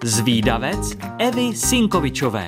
Zvídavec Evy Sinkovičové.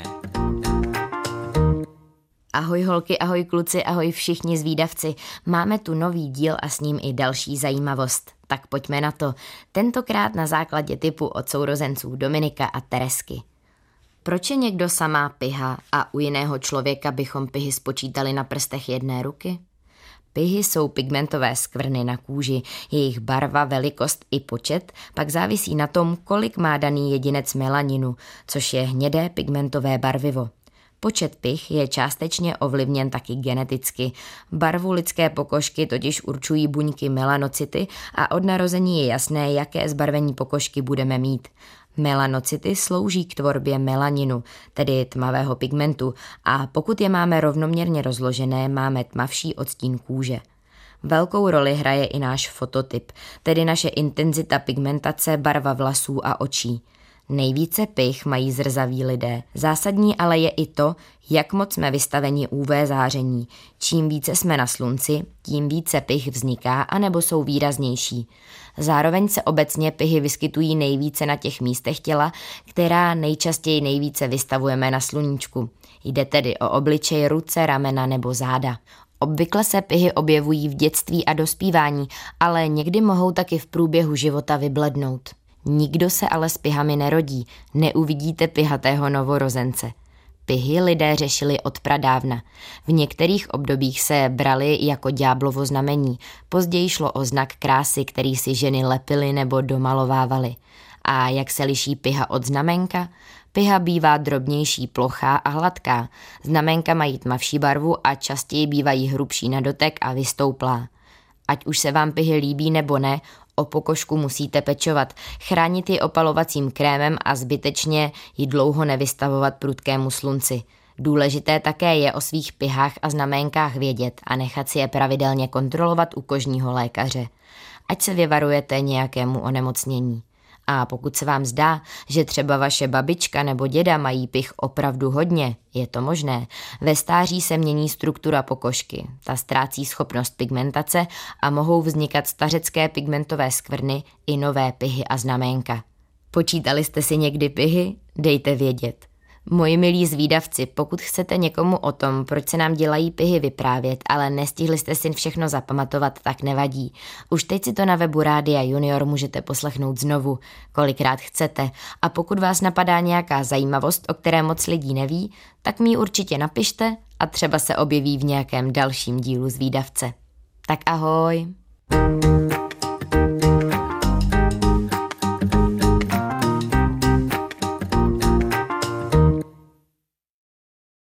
Ahoj holky, ahoj kluci, ahoj všichni zvídavci. Máme tu nový díl a s ním i další zajímavost. Tak pojďme na to. Tentokrát na základě tipu od sourozenců Dominika a Teresky. Proč je někdo samá piha a u jiného člověka bychom pihy spočítali na prstech jedné ruky? Pihy jsou pigmentové skvrny na kůži, jejich barva, velikost i počet pak závisí na tom, kolik má daný jedinec melaninu, což je hnědé pigmentové barvivo. Počet pih je částečně ovlivněn taky geneticky. Barvu lidské pokožky totiž určují buňky melanocyty a od narození je jasné, jaké zbarvení pokožky budeme mít. Melanocyty slouží k tvorbě melaninu, tedy tmavého pigmentu, a pokud je máme rovnoměrně rozložené, máme tmavší odstín kůže. Velkou roli hraje i náš fototyp, tedy naše intenzita pigmentace, barva vlasů a očí. Nejvíce pih mají zrzaví lidé. Zásadní ale je i to, jak moc jsme vystaveni UV záření. Čím více jsme na slunci, tím více pih vzniká anebo jsou výraznější. Zároveň se obecně pihy vyskytují nejvíce na těch místech těla, která nejčastěji nejvíce vystavujeme na sluníčku. Jde tedy o obličej, ruce, ramena nebo záda. Obvykle se pihy objevují v dětství a dospívání, ale někdy mohou taky v průběhu života vyblednout. Nikdo se ale s pihami nerodí, neuvidíte pihatého novorozence. Pihy lidé řešili od pradávna. V některých obdobích se brali jako ďáblovo znamení, později šlo o znak krásy, který si ženy lepily nebo domalovávaly. A jak se liší piha od znamenka? Piha bývá drobnější, plochá a hladká. Znamenka mají tmavší barvu a častěji bývají hrubší na dotek a vystouplá. Ať už se vám pihy líbí nebo ne, o pokožku musíte pečovat, chránit ji opalovacím krémem a zbytečně ji dlouho nevystavovat prudkému slunci. Důležité také je o svých pihách a znamenkách vědět a nechat si je pravidelně kontrolovat u kožního lékaře. Ať se vyvarujete nějakému onemocnění. A pokud se vám zdá, že třeba vaše babička nebo děda mají pih opravdu hodně, je to možné. Ve stáří se mění struktura pokožky, ta ztrácí schopnost pigmentace a mohou vznikat stařecké pigmentové skvrny i nové pihy a znaménka. Počítali jste si někdy pihy? Dejte vědět. Moji milí zvídavci, pokud chcete někomu o tom, proč se nám dělají pihy vyprávět, ale nestihli jste si všechno zapamatovat, tak nevadí. Už teď si to na webu Rádia Junior můžete poslechnout znovu, kolikrát chcete. A pokud vás napadá nějaká zajímavost, o které moc lidí neví, tak mi ji určitě napište a třeba se objeví v nějakém dalším dílu Zvídavce. Tak ahoj!